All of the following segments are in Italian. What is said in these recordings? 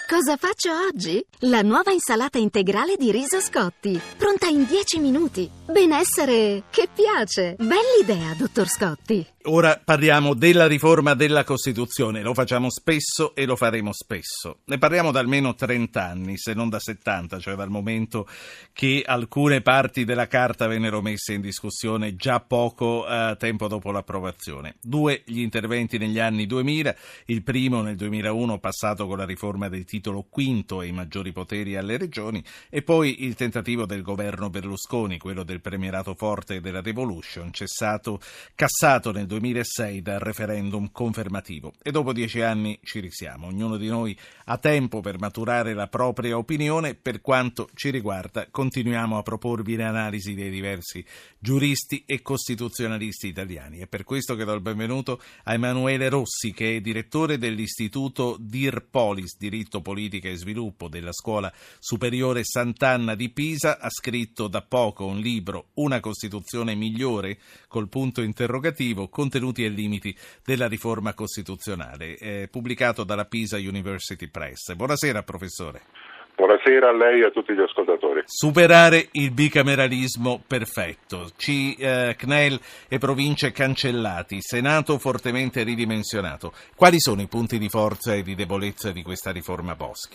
Cosa faccio oggi? La nuova insalata integrale di riso Scotti, pronta in 10 minuti. Benessere che piace. Bell'idea, dottor Scotti. Ora parliamo della riforma della Costituzione, lo facciamo spesso e lo faremo spesso. Ne parliamo da almeno 30 anni, se non da 70, cioè dal momento che alcune parti della Carta vennero messe in discussione già poco tempo dopo l'approvazione. 2 gli interventi negli anni 2000, il primo nel 2001 passato con la riforma del titolo V e i maggiori poteri alle regioni, e poi il tentativo del governo Berlusconi, quello del premierato forte e della Revolution, cassato nel 2006 dal referendum confermativo. E dopo 10 anni ci risiamo. Ognuno di noi ha tempo per maturare la propria opinione. Per quanto ci riguarda, continuiamo a proporvi le analisi dei diversi giuristi e costituzionalisti italiani. È per questo che do il benvenuto a Emanuele Rossi, che è direttore dell'Istituto DIR Polis, Diritto, Politica e Sviluppo, della Scuola Superiore Sant'Anna di Pisa. Ha scritto da poco un libro, Una Costituzione migliore, col punto interrogativo, contenuti e limiti della riforma costituzionale, pubblicato dalla Pisa University Press. Buonasera, professore. Buonasera a lei e a tutti gli ascoltatori. Superare il bicameralismo perfetto, CNEL e province cancellati, Senato fortemente ridimensionato. Quali sono i punti di forza e di debolezza di questa riforma Boschi?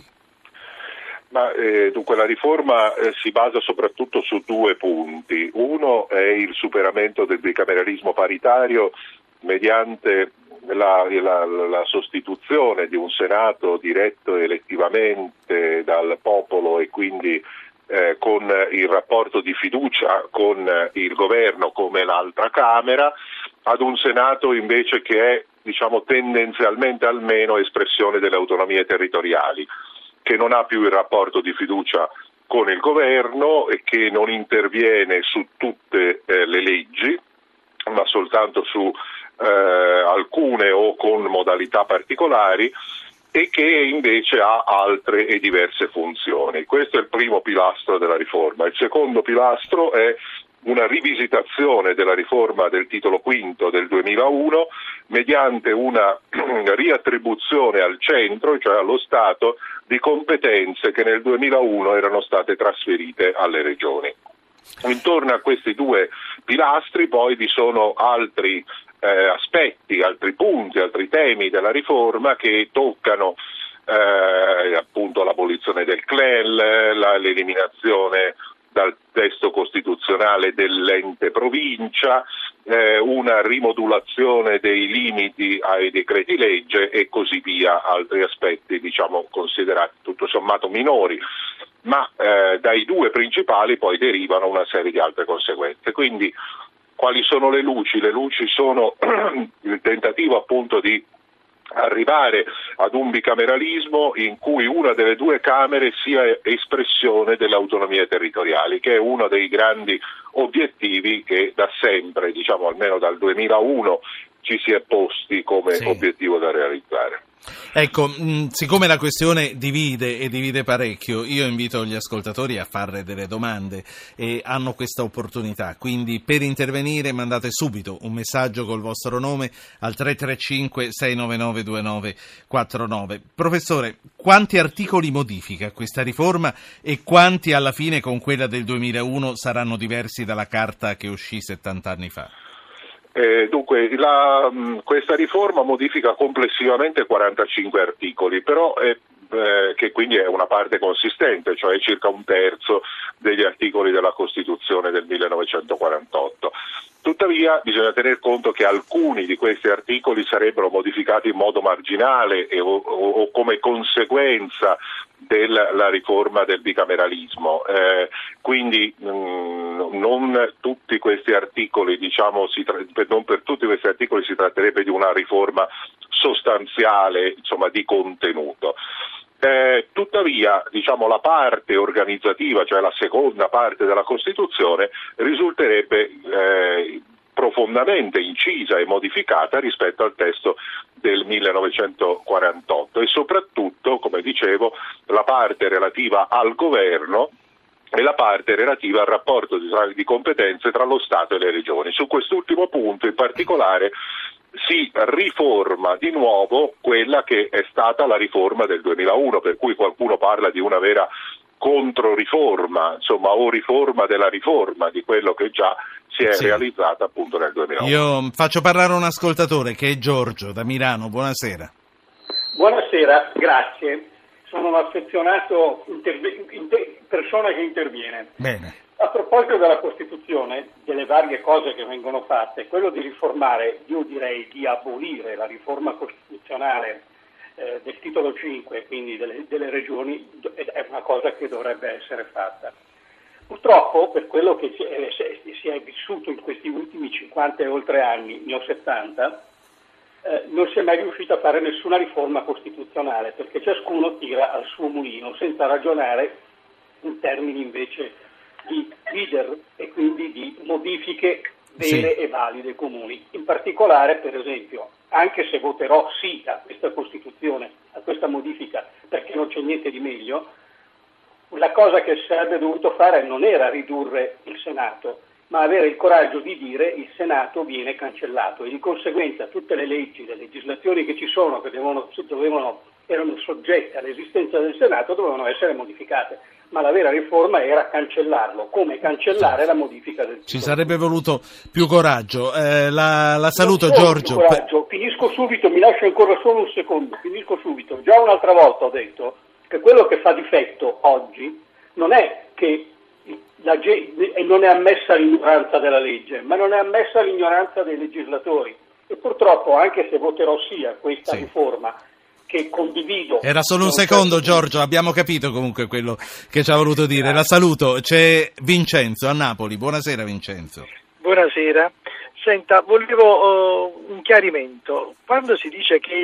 Dunque la riforma si basa soprattutto su 2 punti. Uno è il superamento del bicameralismo paritario mediante la sostituzione di un Senato diretto elettivamente dal popolo e quindi con il rapporto di fiducia con il governo come l'altra Camera, ad un Senato invece che è, tendenzialmente almeno espressione delle autonomie territoriali, che non ha più il rapporto di fiducia con il governo e che non interviene su tutte le leggi, ma soltanto su alcune o con modalità particolari, e che invece ha altre e diverse funzioni. Questo è il primo pilastro della riforma. Il secondo pilastro è una rivisitazione della riforma del titolo V del 2001 mediante una riattribuzione al centro, cioè allo Stato, di competenze che nel 2001 erano state trasferite alle regioni. Intorno a questi 2 pilastri poi vi sono altri aspetti, altri punti, altri temi della riforma che toccano appunto l'abolizione del CNEL, l'eliminazione dal testo costituzionale dell'ente provincia, una rimodulazione dei limiti ai decreti legge e così via, altri aspetti considerati tutto sommato minori, ma dai 2 principali poi derivano una serie di altre conseguenze. Quindi quali sono le luci? Le luci sono il tentativo appunto di arrivare ad un bicameralismo in cui una delle 2 Camere sia espressione delle autonomie territoriali, che è uno dei grandi obiettivi che da sempre, almeno dal 2001, ci si è posti come obiettivo da realizzare. Ecco, siccome la questione divide parecchio, io invito gli ascoltatori a fare delle domande e hanno questa opportunità, quindi per intervenire mandate subito un messaggio col vostro nome al 335 699 2949. Professore, quanti articoli modifica questa riforma e quanti alla fine con quella del 2001 saranno diversi dalla Carta che uscì 70 anni fa? Dunque, questa riforma modifica complessivamente 45 articoli, però che quindi è una parte consistente, cioè circa un terzo degli articoli della Costituzione del 1948. Tuttavia bisogna tener conto che alcuni di questi articoli sarebbero modificati in modo marginale o come conseguenza della riforma del bicameralismo, quindi non tutti questi articoli, non per tutti questi articoli si tratterebbe di una riforma sostanziale, di contenuto. Tuttavia, la parte organizzativa, cioè la seconda parte della Costituzione, risulterebbe profondamente incisa e modificata rispetto al testo del 1948 e soprattutto, come dicevo, la parte relativa al governo e la parte relativa al rapporto di competenze tra lo Stato e le regioni. Su quest'ultimo punto in particolare si riforma di nuovo quella che è stata la riforma del 2001, per cui qualcuno parla di una vera controriforma, insomma, o riforma della riforma di quello che già si è realizzata appunto nel 2001. Io faccio parlare un ascoltatore che è Giorgio da Milano. Buonasera. Buonasera, grazie. Sono un affezionato persona che interviene. Bene. A proposito della Costituzione, delle varie cose che vengono fatte, quello di riformare, io direi di abolire la riforma costituzionale del titolo 5, quindi delle regioni, è una cosa che dovrebbe essere fatta. Purtroppo, per quello che si è vissuto in questi ultimi 50 e oltre anni, ne ho 70, non si è mai riuscito a fare nessuna riforma costituzionale, perché ciascuno tira al suo mulino senza ragionare in termini invece di leader e quindi di modifiche vere e valide comuni. In particolare, per esempio, anche se voterò sì a questa Costituzione, a questa modifica, perché non c'è niente di meglio, la cosa che si sarebbe dovuto fare non era ridurre il Senato, ma avere il coraggio di dire il Senato viene cancellato e di conseguenza tutte le leggi, le legislazioni che ci sono, che erano soggette all'esistenza del Senato, dovevano essere modificate. Ma la vera riforma era cancellarlo, come cancellare la modifica del titolo. Ci sarebbe voluto più coraggio. La saluto, non Giorgio. Più coraggio. Finisco subito, mi lascio ancora solo un secondo, finisco subito. Già un'altra volta ho detto che quello che fa difetto oggi non è che non è ammessa l'ignoranza della legge, ma non è ammessa l'ignoranza dei legislatori. E purtroppo, anche se voterò sì a questa riforma, che condivido. Era solo un secondo, Giorgio, abbiamo capito comunque quello che ci ha voluto dire. La saluto, c'è Vincenzo a Napoli. Buonasera Vincenzo. Buonasera. Senta, volevo un chiarimento. Quando si dice che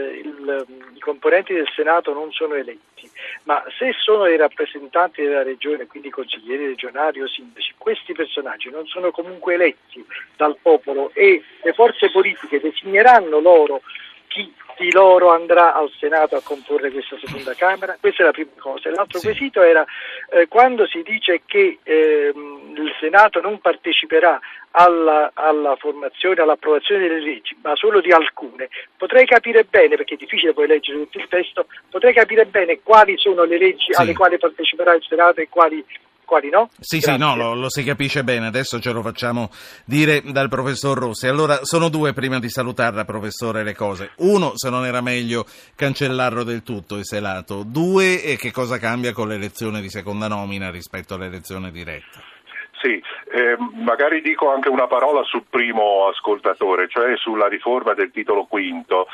i componenti del Senato non sono eletti, ma se sono i rappresentanti della regione, quindi consiglieri regionali o sindaci, questi personaggi non sono comunque eletti dal popolo e le forze politiche designeranno loro chi di loro andrà al Senato a comporre questa seconda Camera? Questa è la prima cosa. L'altro quesito era quando si dice che il Senato non parteciperà alla formazione, all'approvazione delle leggi, ma solo di alcune. Potrei capire bene, perché è difficile poi leggere tutto il testo, potrei capire bene quali sono le leggi alle quali parteciperà il Senato e quali no? Sì, lo si capisce bene, adesso ce lo facciamo dire dal professor Rossi. Allora, sono due, prima di salutarla, professore, le cose. Uno, se non era meglio cancellarlo del tutto il Senato. Due, che cosa cambia con l'elezione di seconda nomina rispetto all'elezione diretta? Sì, magari dico anche una parola sul primo ascoltatore, cioè sulla riforma del titolo quinto,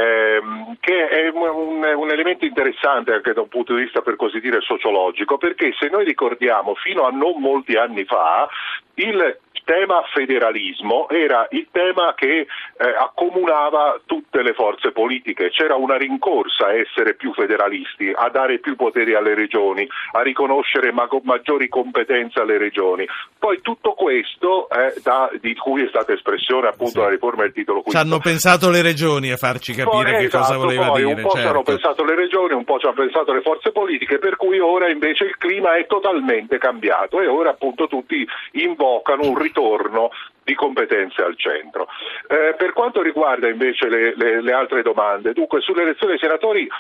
che è un elemento interessante anche da un punto di vista, per così dire, sociologico, perché se noi ricordiamo fino a non molti anni fa il tema federalismo era il tema che accomunava tutte le forze politiche. C'era una rincorsa a essere più federalisti, a dare più poteri alle regioni, a riconoscere maggiori competenze alle regioni. Poi tutto questo di cui è stata espressione appunto la riforma del titolo quinto. Ci hanno pensato le regioni a farci capire che cosa voleva dire. Un po' ci hanno pensato le regioni, un po' ci hanno pensato le forze politiche, per cui ora invece il clima è totalmente cambiato e ora appunto tutti invocano un ritorno di competenze al centro. Per quanto riguarda invece le altre domande, dunque sull'elezione dei senatori,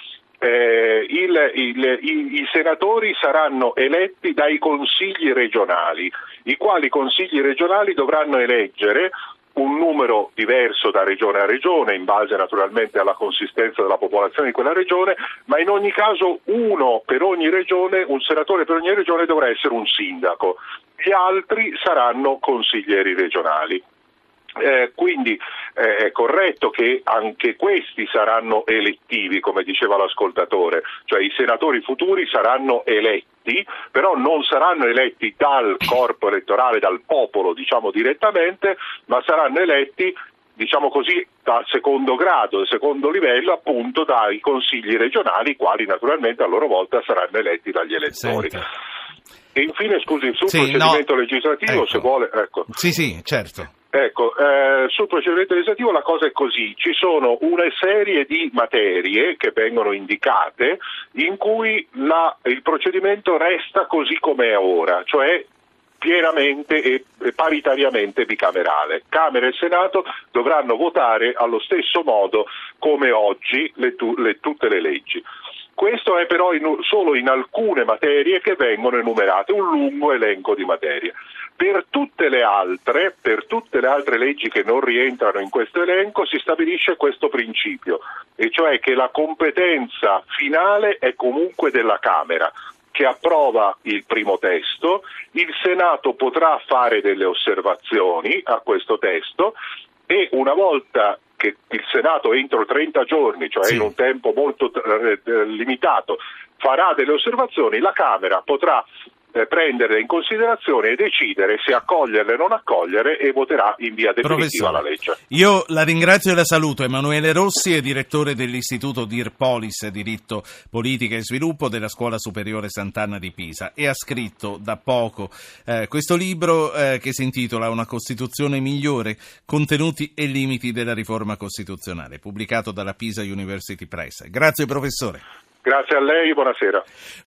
i senatori saranno eletti dai consigli regionali, i quali consigli regionali dovranno eleggere un numero diverso da regione a regione, in base naturalmente alla consistenza della popolazione di quella regione, ma in ogni caso uno per ogni regione, un senatore per ogni regione dovrà essere un sindaco. Gli altri saranno consiglieri regionali. Quindi è corretto che anche questi saranno elettivi, come diceva l'ascoltatore, cioè i senatori futuri saranno eletti, però non saranno eletti dal corpo elettorale, dal popolo, diciamo direttamente, ma saranno eletti, diciamo così, dal secondo grado, secondo livello, appunto dai consigli regionali, i quali naturalmente a loro volta saranno eletti dagli elettori. Senta. E infine, scusi, sul procedimento legislativo, se vuole, ecco. Sì, certo. Ecco, sul procedimento legislativo la cosa è così: ci sono una serie di materie che vengono indicate in cui il procedimento resta così come è ora, cioè pienamente e paritariamente bicamerale. Camera e Senato dovranno votare allo stesso modo come oggi tutte le leggi. Questo è però solo in alcune materie che vengono enumerate, un lungo elenco di materie. Per tutte le altre leggi che non rientrano in questo elenco si stabilisce questo principio, e cioè che la competenza finale è comunque della Camera, che approva il primo testo. Il Senato potrà fare delle osservazioni a questo testo e una volta che il Senato entro 30 giorni, cioè in un tempo molto limitato, farà delle osservazioni, la Camera potrà prenderle in considerazione e decidere se accoglierle o non accogliere, e voterà in via definitiva la legge. Io la ringrazio e la saluto. Emanuele Rossi è direttore dell'Istituto DIR Polis, Diritto, Politica e Sviluppo della Scuola Superiore Sant'Anna di Pisa, e ha scritto da poco questo libro che si intitola Una Costituzione migliore, contenuti e limiti della riforma costituzionale, pubblicato dalla Pisa University Press. Grazie professore. Grazie a lei, buonasera.